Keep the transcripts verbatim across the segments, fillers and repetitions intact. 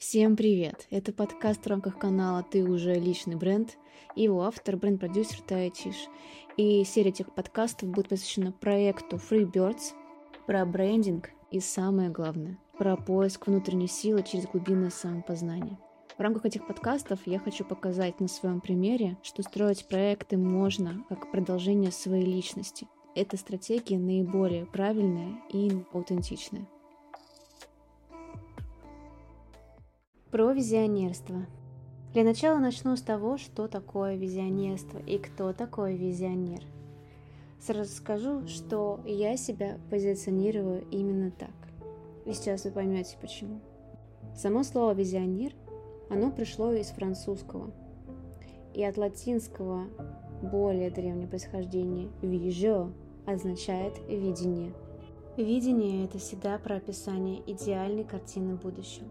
Всем привет! Это подкаст в рамках канала «Ты уже личный бренд» и его автор, бренд-продюсер Тая Чиш. И серия этих подкастов будет посвящена проекту Freebirds про брендинг и, самое главное, про поиск внутренней силы через глубинное самопознание. В рамках этих подкастов я хочу показать на своем примере, что строить проекты можно как продолжение своей личности. Эта стратегия наиболее правильная и аутентичная. Про визионерство. Для начала начну с того, что такое визионерство и кто такой визионер. Сразу скажу, что я себя позиционирую именно так. И сейчас вы поймете почему. Само слово «визионер», оно пришло из французского и от латинского более древнего происхождения «visio» означает «видение». Видение – это всегда про описание идеальной картины будущего.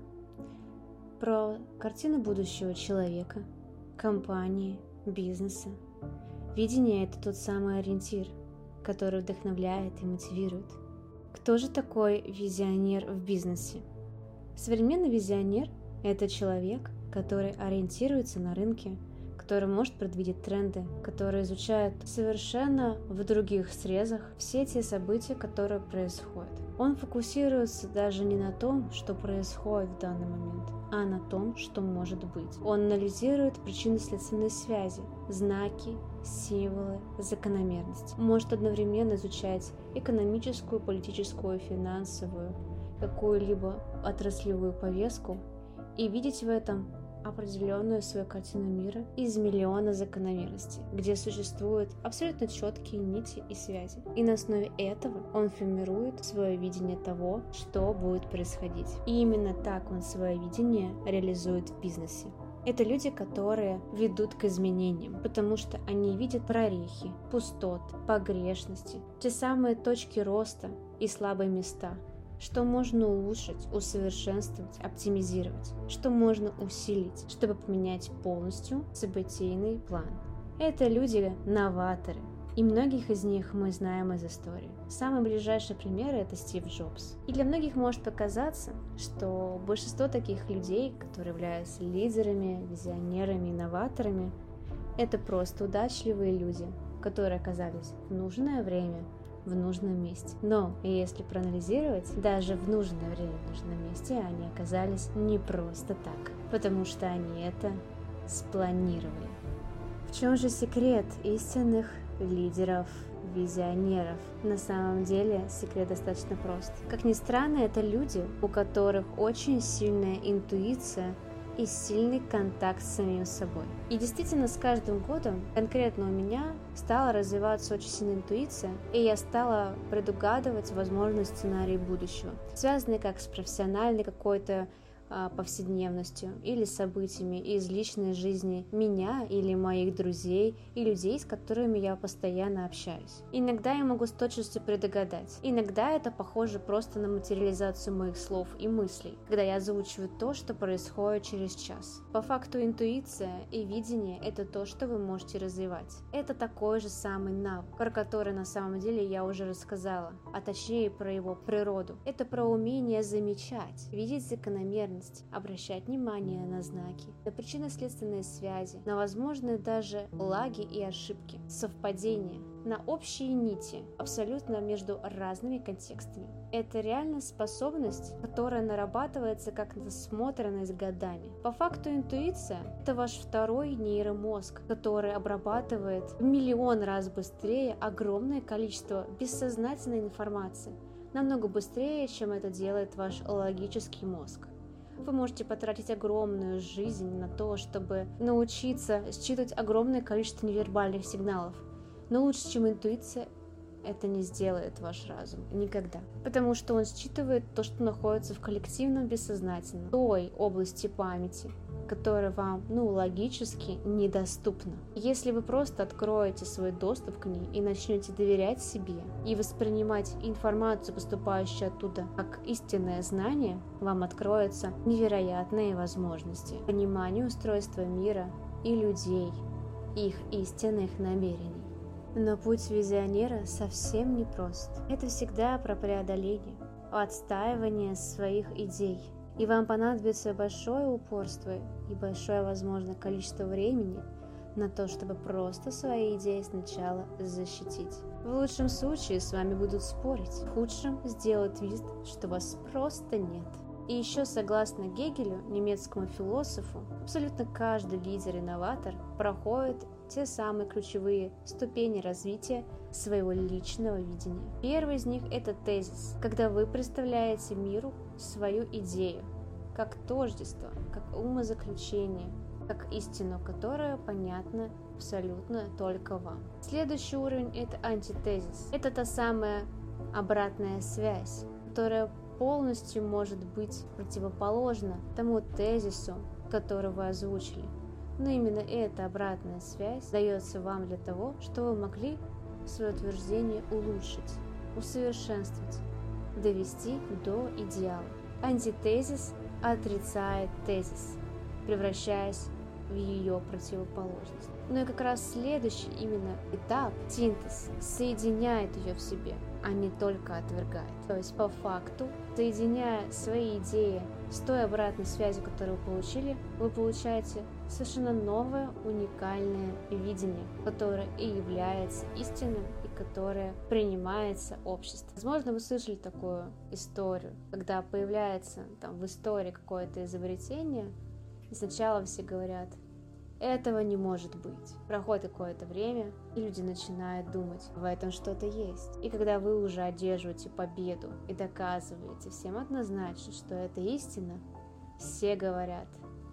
Про картину будущего человека, компании, бизнеса. Видение – это тот самый ориентир, который вдохновляет и мотивирует. Кто же такой визионер в бизнесе? Современный визионер – это человек, который ориентируется на рынке, который может предвидеть тренды, который изучает совершенно в других срезах все те события, которые происходят. Он фокусируется даже не на том, что происходит в данный момент, а на том, что может быть. Он анализирует причинно-следственные связи, знаки, символы, закономерности. Может одновременно изучать экономическую, политическую, финансовую, какую-либо отраслевую повестку и видеть в этом определенную свою картину мира из миллиона закономерностей, где существуют абсолютно четкие нити и связи. И на основе этого он формирует свое видение того, что будет происходить. И именно так он свое видение реализует в бизнесе. Это люди, которые ведут к изменениям, потому что они видят прорехи, пустоты, погрешности, те самые точки роста и слабые места, что можно улучшить, усовершенствовать, оптимизировать, что можно усилить, чтобы поменять полностью событийный план. Это люди-новаторы, и многих из них мы знаем из истории. Самый ближайший пример – это Стив Джобс. И для многих может показаться, что большинство таких людей, которые являются лидерами, визионерами, инноваторами, это просто удачливые люди, которые оказались в нужное время, в нужном месте. Но если проанализировать, даже в нужное время, в нужном месте они оказались не просто так, потому что они это спланировали. В чем же секрет истинных лидеров, визионеров? На самом деле секрет достаточно прост. Как ни странно, это люди, у которых очень сильная интуиция и сильный контакт с самим собой. И действительно, с каждым годом, конкретно у меня, стала развиваться очень сильная интуиция, и я стала предугадывать возможные сценарии будущего, связанные как с профессиональной какой-то а, повседневностью или событиями из личной жизни меня или моих друзей и людей, с которыми я постоянно общаюсь. Иногда я могу с точностью предугадать, иногда это похоже просто на материализацию моих слов и мыслей, когда я озвучиваю то, что происходит через час. По факту интуиция и видение – это то, что вы можете развивать. Это такой же самый навык, про который на самом деле я уже рассказала, а точнее про его природу. Это про умение замечать, видеть закономерности, обращать внимание на знаки, на причинно-следственные связи, на возможные даже лаги и ошибки, совпадения, на общие нити, абсолютно между разными контекстами. Это реально способность, которая нарабатывается как насмотренность годами. По факту интуиция – это ваш второй нейромозг, который обрабатывает в миллион раз быстрее огромное количество бессознательной информации, намного быстрее, чем это делает ваш логический мозг. Вы можете потратить огромную жизнь на то, чтобы научиться считывать огромное количество невербальных сигналов. Но лучше, чем интуиция, это не сделает ваш разум. Никогда. Потому что он считывает то, что находится в коллективном бессознательном, той области памяти, которая вам, ну, логически недоступна. Если вы просто откроете свой доступ к ней и начнете доверять себе и воспринимать информацию, поступающую оттуда, как истинное знание, вам откроются невероятные возможности понимания устройства мира и людей, их истинных намерений. Но путь визионера совсем непрост. Это всегда про преодоление, отстаивание своих идей И вам понадобится большое упорство и большое, возможно, количество времени на то, чтобы просто свои идеи сначала защитить. В лучшем случае с вами будут спорить, в худшем сделают вид, что вас просто нет. И еще, согласно Гегелю, немецкому философу, абсолютно каждый лидер-инноватор проходит те самые ключевые ступени развития своего личного видения. Первый из них – это тезис, когда вы представляете миру свою идею, как тождество, как умозаключение, как истину, которая понятна абсолютно только вам. Следующий уровень – это антитезис. Это та самая обратная связь, которая полностью может быть противоположна тому тезису, который вы озвучили. Но именно эта обратная связь дается вам для того, чтобы вы могли свое утверждение улучшить, усовершенствовать, довести до идеала. Антитезис отрицает тезис, превращаясь в ее противоположность. Ну и как раз следующий именно этап, синтез, соединяет ее в себе, а не только отвергает. То есть по факту, соединяя свои идеи с той обратной связью, которую вы получили, вы получаете совершенно новое, уникальное видение, которое и является истинным, и которое принимается обществом. Возможно, вы слышали такую историю, когда появляется там в истории какое-то изобретение, и сначала все говорят: этого не может быть. Проходит какое-то время, и люди начинают думать, в этом что-то есть. И когда вы уже одерживаете победу и доказываете всем однозначно, что это истина, все говорят: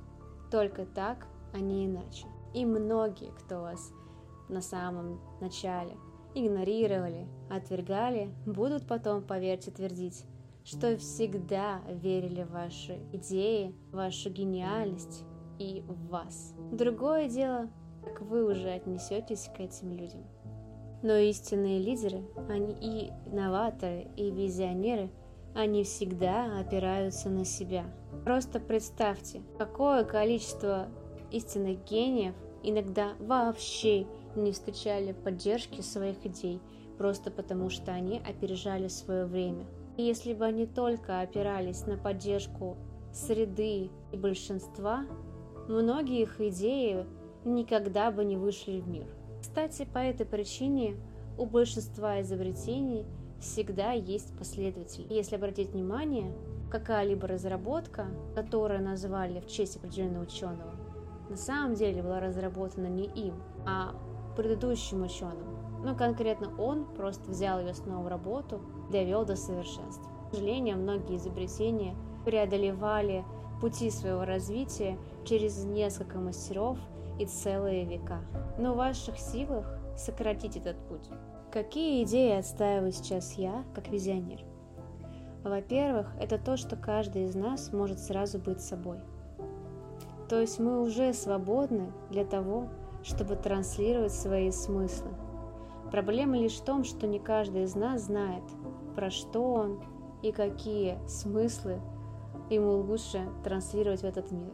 только так, а не иначе. И многие, кто вас на самом начале игнорировали, отвергали, будут потом, поверьте, твердить, что всегда верили в ваши идеи, в вашу гениальность и в вас. Другое дело, как вы уже отнесетесь к этим людям. Но истинные лидеры, они и новаторы, и визионеры, они всегда опираются на себя. Просто представьте, какое количество истинных гениев иногда вообще не встречали поддержки своих идей, просто потому что они опережали свое время. И если бы они только опирались на поддержку среды и большинства, многие их идеи никогда бы не вышли в мир. Кстати, по этой причине у большинства изобретений всегда есть последователи. Если обратить внимание, какая-либо разработка, которую назвали в честь определенного ученого, на самом деле была разработана не им, а предыдущим ученым. Но конкретно он просто взял ее снова в работу и довел до совершенства. К сожалению, многие изобретения преодолевали пути своего развития через несколько мастеров и целые века. Но в ваших силах сократить этот путь. Какие идеи отстаиваю сейчас я, как визионер? Во-первых, это то, что каждый из нас может сразу быть собой. То есть мы уже свободны для того, чтобы транслировать свои смыслы. Проблема лишь в том, что не каждый из нас знает, про что он и какие смыслы ему лучше транслировать в этот мир.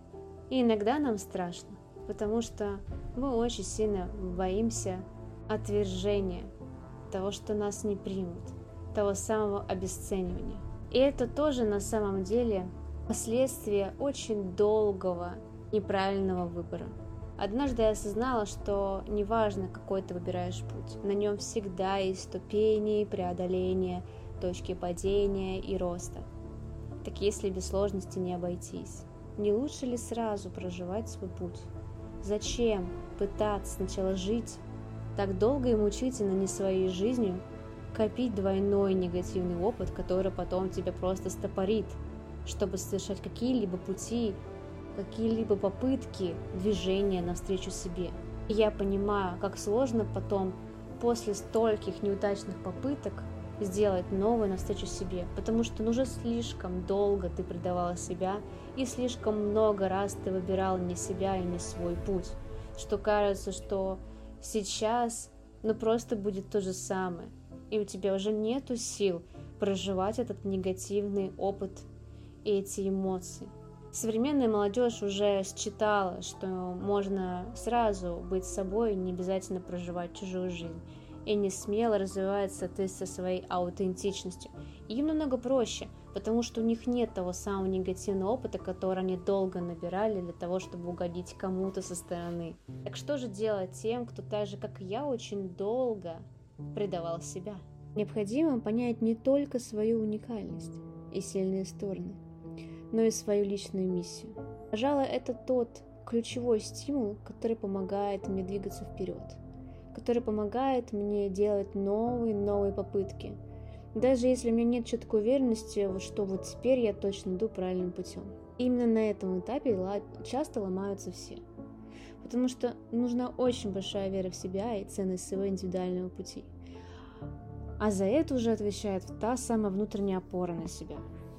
И иногда нам страшно, потому что мы очень сильно боимся отвержения, того, что нас не примут, того самого обесценивания. И это тоже на самом деле последствия очень долгого неправильного выбора. Однажды я осознала, что неважно, какой ты выбираешь путь, на нем всегда есть ступени преодоления, точки падения и роста. Так если без сложности не обойтись, не лучше ли сразу проживать свой путь? Зачем пытаться сначала жить так долго и мучительно не своей жизнью, копить двойной негативный опыт, который потом тебя просто стопорит, чтобы совершать какие-либо пути, какие-либо попытки движения навстречу себе. И я понимаю, как сложно потом, после стольких неудачных попыток, сделать новое навстречу себе, потому что ну, уже слишком долго ты предавала себя, и слишком много раз ты выбирал не себя и не свой путь, что кажется, что сейчас ну просто будет то же самое, и у тебя уже нету сил проживать этот негативный опыт и эти эмоции. Современная молодежь уже считала, что можно сразу быть собой, не обязательно проживать чужую жизнь, и не смело развивается ты со своей аутентичностью. Им намного проще потому что у них нет того самого негативного опыта, который они долго набирали для того, чтобы угодить кому-то со стороны. Так что же делать тем, кто так же, как и я, очень долго предавал себя? Необходимо понять не только свою уникальность и сильные стороны, но и свою личную миссию. Пожалуй, это тот ключевой стимул, который помогает мне двигаться вперед, который помогает мне делать новые, новые попытки, даже если у меня нет четкой уверенности, что вот теперь я точно иду правильным путем. Именно на этом этапе часто ломаются все, потому что нужна очень большая вера в себя и ценность своего индивидуального пути. А за это уже отвечает та самая внутренняя опора на себя.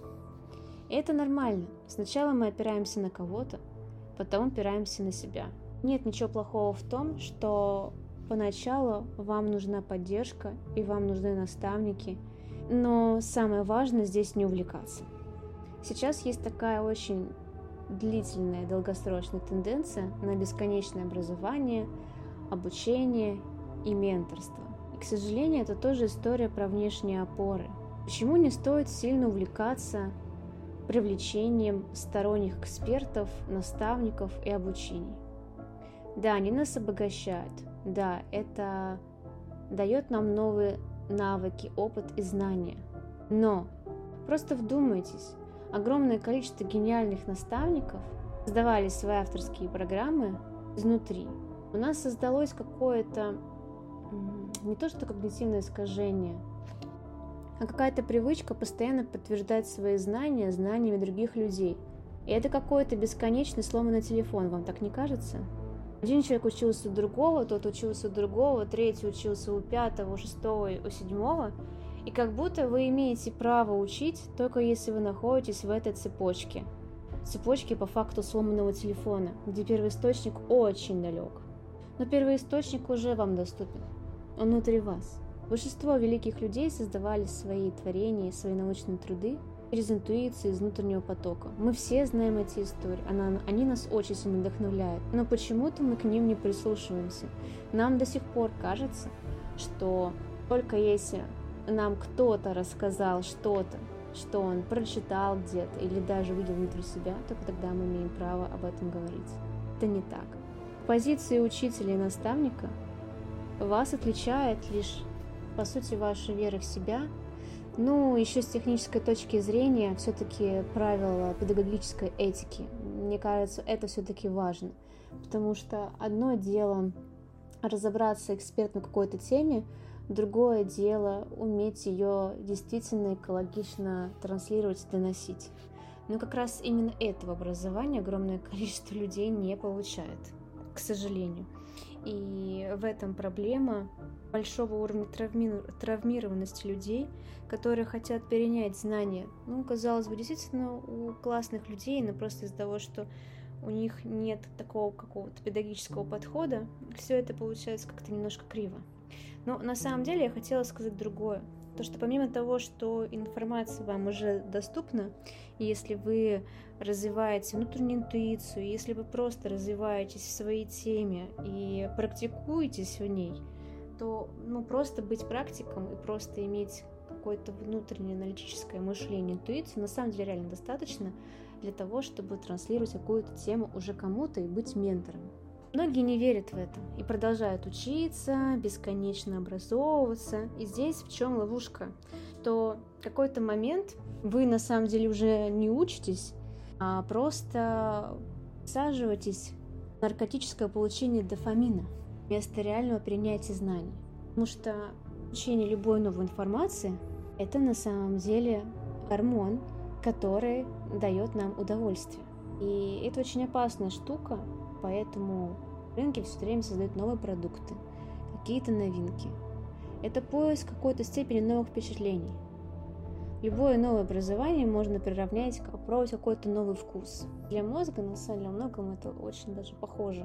И это нормально. Сначала мы опираемся на кого-то, потом опираемся на себя. Нет ничего плохого в том, что поначалу вам нужна поддержка и вам нужны наставники, но самое важное здесь не увлекаться. Сейчас есть такая очень длительная, долгосрочная тенденция на бесконечное образование, обучение и менторство. И, к сожалению, это тоже история про внешние опоры. Почему не стоит сильно увлекаться привлечением сторонних экспертов, наставников и обучений? Да, они нас обогащают. Да, это дает нам новые навыки, опыт и знания. Но просто вдумайтесь, огромное количество гениальных наставников создавали свои авторские программы изнутри. У нас создалось какое-то не то что когнитивное искажение, а какая-то привычка постоянно подтверждать свои знания знаниями других людей. И это какой-то бесконечный сломанный телефон, вам так не кажется? Один человек учился у другого, тот учился у другого, третий учился у пятого, у шестого, у седьмого. И как будто вы имеете право учить, только если вы находитесь в этой цепочке. Цепочке по факту сломанного телефона, где первоисточник очень далек. Но первоисточник уже вам доступен. Он внутри вас. Большинство великих людей создавали свои творения, свои научные труды через интуицию из внутреннего потока. Мы все знаем эти истории, она, они нас очень сильно вдохновляют, но почему-то мы к ним не прислушиваемся. Нам до сих пор кажется, что только если нам кто-то рассказал что-то, что он прочитал где-то или даже увидел внутри себя, только тогда мы имеем право об этом говорить. Это не так. В позиции учителя и наставника вас отличает лишь, по сути, ваша вера в себя. Ну, еще с технической точки зрения, все-таки правила педагогической этики. Мне кажется, это все-таки важно, потому что одно дело разобраться экспертно в какой-то теме, другое дело уметь ее действительно экологично транслировать и доносить. Но как раз именно этого образования огромное количество людей не получает, к сожалению. И в этом проблема большого уровня травми... травмированности людей, которые хотят перенять знания. Ну, казалось бы, действительно у классных людей, но просто из-за того, что у них нет такого какого-то педагогического подхода, все это получается как-то немножко криво. Но на самом деле я хотела сказать другое. То, что помимо того, что информация вам уже доступна, если вы развиваете внутреннюю интуицию, если вы просто развиваетесь в своей теме и практикуетесь в ней, то ну, просто быть практиком и просто иметь какое-то внутреннее аналитическое мышление, интуицию, на самом деле реально достаточно для того, чтобы транслировать какую-то тему уже кому-то и быть ментором. Многие не верят в это и продолжают учиться, бесконечно образовываться. И здесь в чем ловушка? То в какой-то момент вы на самом деле уже не учитесь, а просто всаживаетесь в наркотическое получение дофамина вместо реального принятия знаний. Потому что получение любой новой информации – это на самом деле гормон, который дает нам удовольствие. И это очень опасная штука. Поэтому рынки все время создают новые продукты, какие-то новинки. Это поиск какой-то степени новых впечатлений. Любое новое образование можно приравнять к попробовать какой-то новый вкус. Для мозга, на самом деле, во многом это очень даже похоже.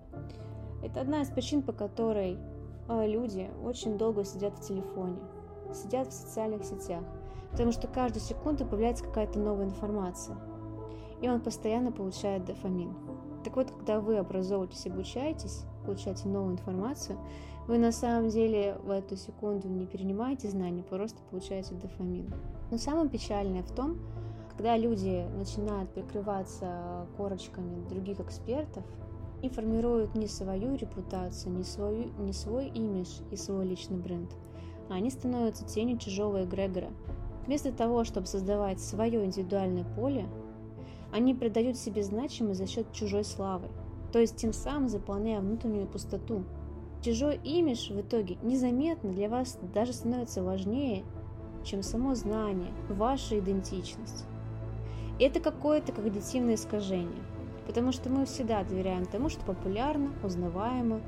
Это одна из причин, по которой люди очень долго сидят в телефоне, сидят в социальных сетях, потому что каждую секунду появляется какая-то новая информация, и он постоянно получает дофамин. Так вот, когда вы образовываетесь, обучаетесь, получаете новую информацию, Вы на самом деле в эту секунду не перенимаете знания, просто получаете дофамин. Но самое печальное в том, когда люди начинают прикрываться корочками других экспертов и формируют не свою репутацию, не, свою, не свой имидж и свой личный бренд, а они становятся тенью чужого эгрегора. Вместо того, чтобы создавать свое индивидуальное поле, они придают себе значимость за счет чужой славы, то есть тем самым заполняя внутреннюю пустоту. Чужой имидж в итоге незаметно для вас даже становится важнее, чем само знание, ваша идентичность. Это какое-то когнитивное искажение, потому что мы всегда доверяем тому, что популярно, узнаваемо,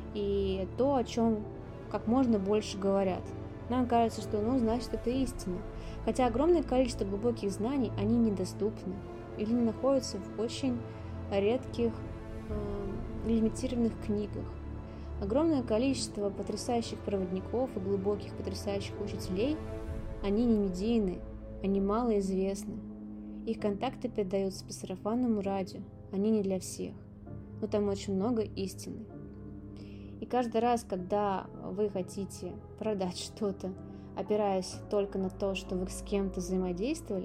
и то, о чем как можно больше говорят. Нам кажется, что ну, значит, это истина. Хотя огромное количество глубоких знаний, они недоступны или не находятся в очень редких, э, лимитированных книгах. Огромное количество потрясающих проводников и глубоких потрясающих учителей, они не медийны, они малоизвестны. Их контакты передаются по сарафанному радио, они не для всех, но там очень много истины. И каждый раз, когда вы хотите продать что-то, опираясь только на то, что вы с кем-то взаимодействовали,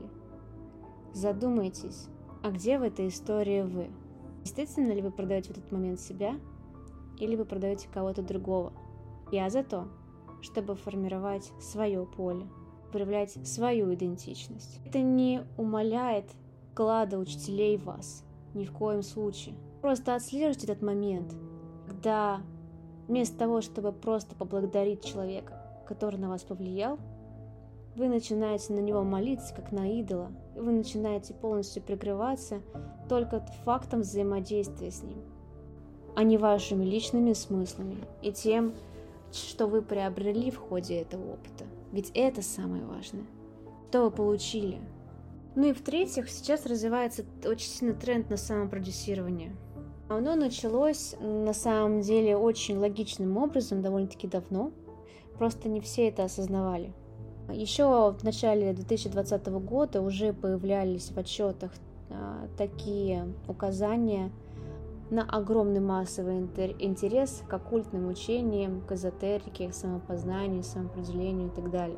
задумайтесь, а где в этой истории вы? Действительно ли вы продаете в этот момент себя, или вы продаете кого-то другого? Я за то, чтобы формировать свое поле, проявлять свою идентичность. Это не умаляет вклада учителей в вас, ни в коем случае. Просто отслеживайте этот момент, когда вместо того, чтобы просто поблагодарить человека, который на вас повлиял, вы начинаете на него молиться, как на идола, и вы начинаете полностью прикрываться только фактом взаимодействия с ним, а не вашими личными смыслами и тем, что вы приобрели в ходе этого опыта. Ведь это самое важное. Что вы получили? Ну и в-третьих, сейчас развивается очень сильный тренд на самопродюсирование. Оно началось на самом деле очень логичным образом довольно-таки давно, просто не все это осознавали. Еще в начале две тысячи двадцатого года уже появлялись в отчетах а, такие указания на огромный массовый интерес к оккультным учениям, к эзотерике, к самопознанию, самоопределению и так далее.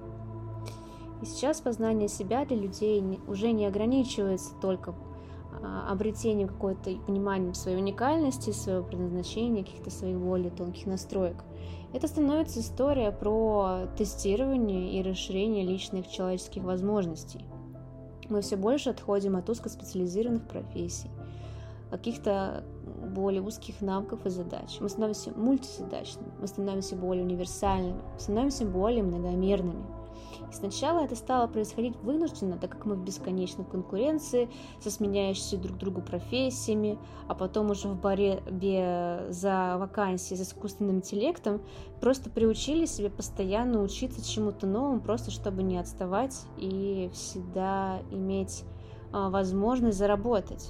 И сейчас познание себя для людей уже не ограничивается только обретением какой-то пониманием своей уникальности, своего предназначения, каких-то своих более тонких настроек. Это становится история про тестирование и расширение личных человеческих возможностей. Мы все больше отходим от узкоспециализированных профессий, каких-то более узких навыков и задач. Мы становимся мультизадачными, мы становимся более универсальными, становимся более многомерными. И сначала это стало происходить вынужденно, так как мы в бесконечной конкуренции со сменяющимися друг другу профессиями, а потом уже в борьбе за вакансии с искусственным интеллектом просто приучили себя постоянно учиться чему-то новому, просто чтобы не отставать и всегда иметь а, возможность заработать.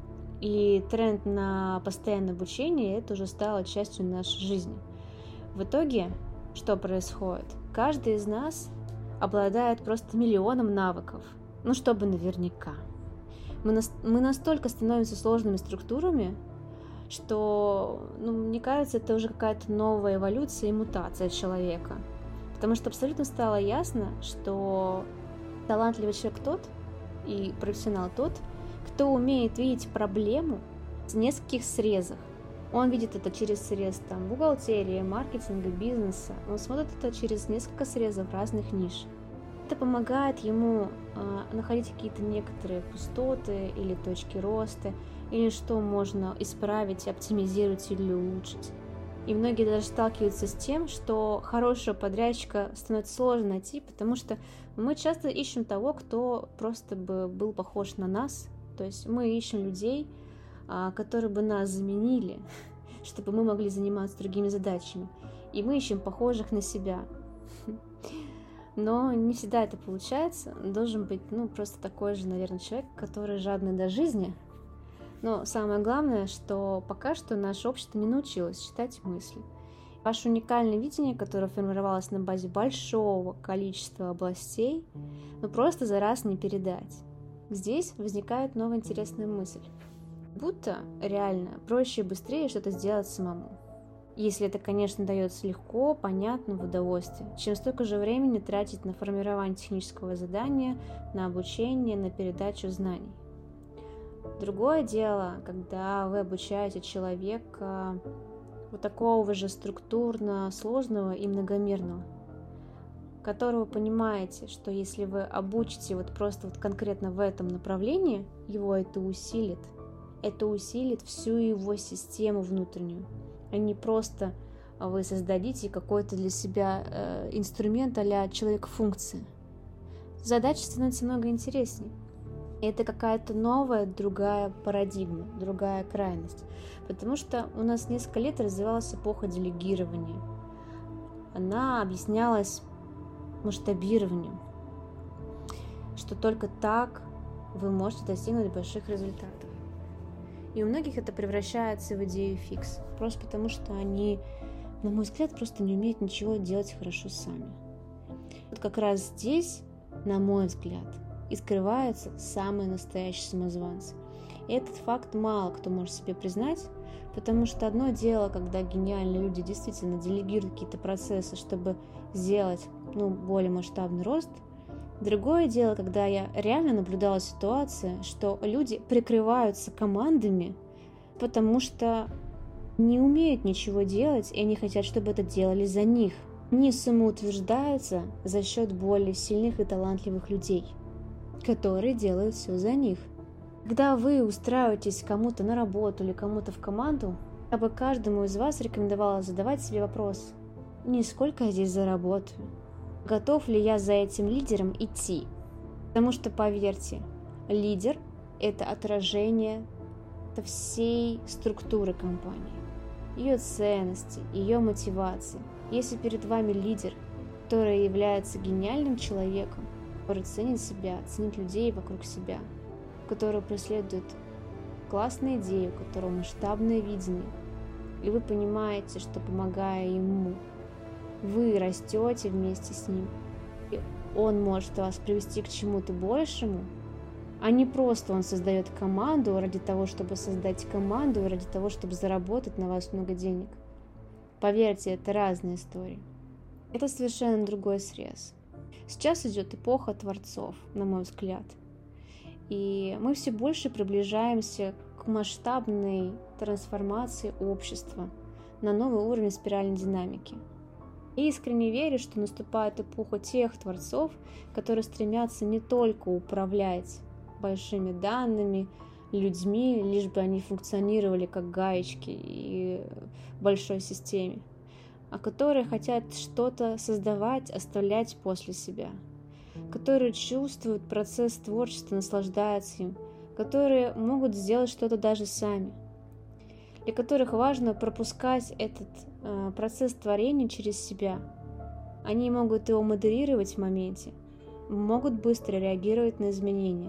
И тренд на постоянное обучение это уже стало частью нашей жизни. В итоге, что происходит? Каждый из нас обладает просто миллионом навыков, ну чтобы наверняка. Мы, нас, мы настолько становимся сложными структурами, что, ну, мне кажется, это уже какая-то новая эволюция и мутация человека. Потому что абсолютно стало ясно, что талантливый человек тот и профессионал тот, кто умеет видеть проблему в нескольких срезах. Он видит это через срез там, бухгалтерии, маркетинга, бизнеса. Он смотрит это через несколько срезов разных ниш. Это помогает ему э, находить какие-то некоторые пустоты или точки роста, или что можно исправить, оптимизировать или улучшить. И многие даже сталкиваются с тем, что хорошего подрядчика становится сложно найти, потому что мы часто ищем того, кто просто бы был похож на нас. То есть мы ищем людей, которые бы нас заменили, чтобы мы могли заниматься другими задачами. И мы ищем похожих на себя. Но не всегда это получается. Должен быть, ну, просто такой же, наверное, человек, который жадный до жизни. Но самое главное, что пока что наше общество не научилось читать мысли. Ваше уникальное видение, которое формировалось на базе большого количества областей, ну просто за раз не передать. Здесь возникает новая интересная мысль. Будто реально проще и быстрее что-то сделать самому. Если это, конечно, дается легко, понятно, в удовольствие, чем столько же времени тратить на формирование технического задания, на обучение, на передачу знаний. Другое дело, когда вы обучаете человека вот такого же структурно сложного и многомерного, которого вы понимаете, что если вы обучите вот просто вот конкретно в этом направлении, его это усилит. Это усилит всю его систему внутреннюю, а не просто вы создадите какой-то для себя э, инструмент а-ля человек-функция. Задача становится много интереснее. Это какая-то новая, другая парадигма, другая крайность. Потому что у нас несколько лет развивалась эпоха делегирования. Она объяснялась масштабированием, что только так вы можете достигнуть больших результатов. И у многих это превращается в идею фикс, просто потому что они, на мой взгляд, просто не умеют ничего делать хорошо сами. Вот как раз здесь, на мой взгляд, и скрываются самые настоящие самозванцы. И этот факт мало кто может себе признать, потому что одно дело, когда гениальные люди действительно делегируют какие-то процессы, чтобы сделать ну, более масштабный рост. Другое дело, когда я реально наблюдала ситуацию, что люди прикрываются командами, потому что не умеют ничего делать, и они хотят, чтобы это делали за них. Они самоутверждаются за счет более сильных и талантливых людей, которые делают все за них. Когда вы устраиваетесь кому-то на работу или кому-то в команду, я бы каждому из вас рекомендовала задавать себе вопрос: не сколько я здесь заработаю, готов ли я за этим лидером идти? Потому что, поверьте, лидер – это отражение всей структуры компании, ее ценности, ее мотивации. Если перед вами лидер, который является гениальным человеком, который ценит себя, ценит людей вокруг себя, который преследует классные идеи, у которого масштабное видение, и вы понимаете, что, помогая ему, вы растете вместе с ним, и он может вас привести к чему-то большему, а не просто он создает команду ради того, чтобы создать команду, и ради того, чтобы заработать на вас много денег. Поверьте, это разные истории. Это совершенно другой срез. Сейчас идет эпоха творцов, на мой взгляд. И мы все больше приближаемся к масштабной трансформации общества на новый уровень спиральной динамики. И искренне верю, что наступает эпоха тех творцов, которые стремятся не только управлять большими данными, людьми, лишь бы они функционировали как гаечки и в большой системе, а которые хотят что-то создавать, оставлять после себя, которые чувствуют процесс творчества, наслаждаются им, которые могут сделать что-то даже сами, для которых важно пропускать этот э, процесс творения через себя. Они могут его модерировать в моменте, могут быстро реагировать на изменения.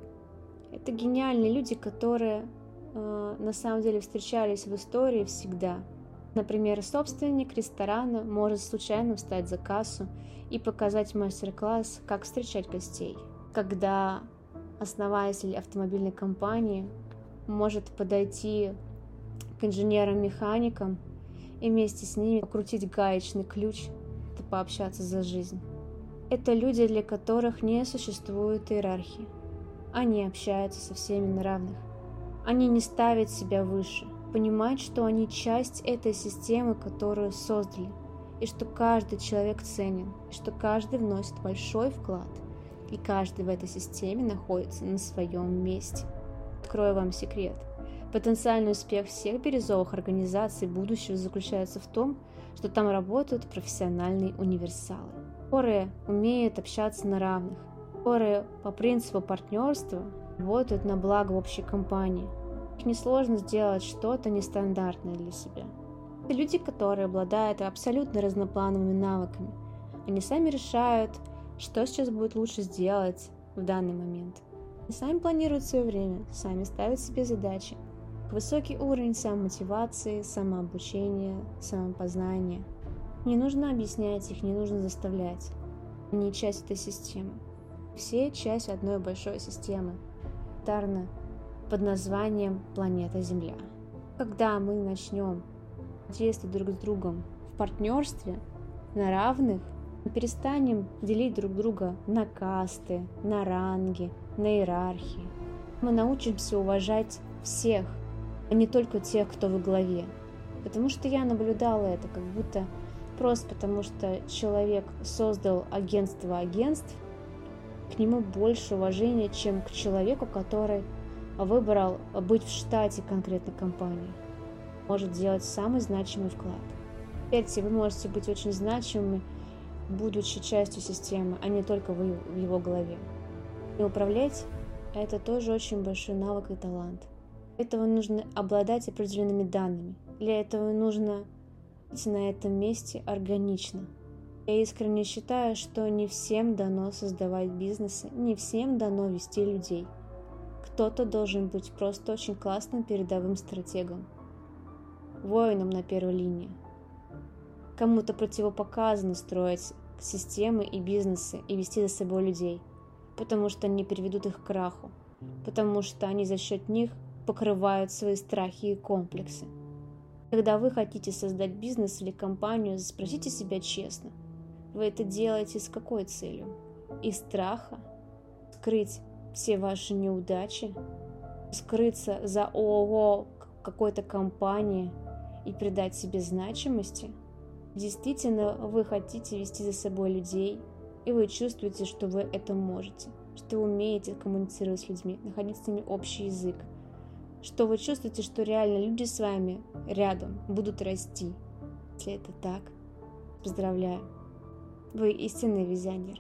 Это гениальные люди, которые э, на самом деле встречались в истории всегда. Например, собственник ресторана может случайно встать за кассу и показать мастер-класс, как встречать гостей. Когда основатель автомобильной компании может подойти к инженерам-механикам и вместе с ними покрутить гаечный ключ, это пообщаться за жизнь. Это люди, для которых не существует иерархии. Они общаются со всеми на равных. Они не ставят себя выше, понимают, что они часть этой системы, которую создали, и что каждый человек ценен, и что каждый вносит большой вклад, и каждый в этой системе находится на своем месте. Открою вам секрет. Потенциальный успех всех бирюзовых организаций будущего заключается в том, что там работают профессиональные универсалы, которые умеют общаться на равных, которые по принципу партнерства работают на благо общей компании. Их несложно сделать что-то нестандартное для себя. Это люди, которые обладают абсолютно разноплановыми навыками. Они сами решают, что сейчас будет лучше сделать в данный момент. Они сами планируют свое время, сами ставят себе задачи. Высокий уровень самомотивации, самообучения, самопознания. Не нужно объяснять их, не нужно заставлять. Они часть этой системы. Все часть одной большой системы, тарно под названием планета Земля. Когда мы начнем действовать друг с другом в партнерстве, на равных, мы перестанем делить друг друга на касты, на ранги, на иерархии. Мы научимся уважать всех, а не только тех, кто во главе. Потому что я наблюдала это, как будто просто потому, что человек создал агентство агентств, к нему больше уважения, чем к человеку, который выбрал быть в штате конкретной компании. Может делать самый значимый вклад. Поверьте, вы можете быть очень значимыми, будучи частью системы, а не только вы в его голове. И управлять – это тоже очень большой навык и талант. Для этого нужно обладать определенными данными. Для этого нужно быть на этом месте органично. Я искренне считаю, что не всем дано создавать бизнесы, не всем дано вести людей. Кто-то должен быть просто очень классным передовым стратегом, воином на первой линии. Кому-то противопоказано строить системы и бизнесы и вести за собой людей, потому что они приведут их к краху, потому что они за счет них покрывают свои страхи и комплексы. Когда вы хотите создать бизнес или компанию, спросите себя честно, вы это делаете с какой целью? Из страха? Скрыть все ваши неудачи? Скрыться за ООО какой-то компании и придать себе значимости? Действительно, вы хотите вести за собой людей, и вы чувствуете, что вы это можете, что вы умеете коммуницировать с людьми, находить с ними общий язык, что вы чувствуете, что реально люди с вами рядом будут расти. Если это так, поздравляю, вы истинный визионер.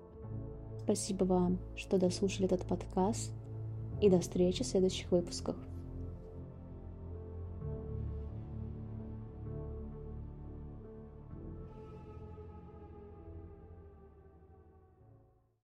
Спасибо вам, что дослушали этот подкаст, и до встречи в следующих выпусках.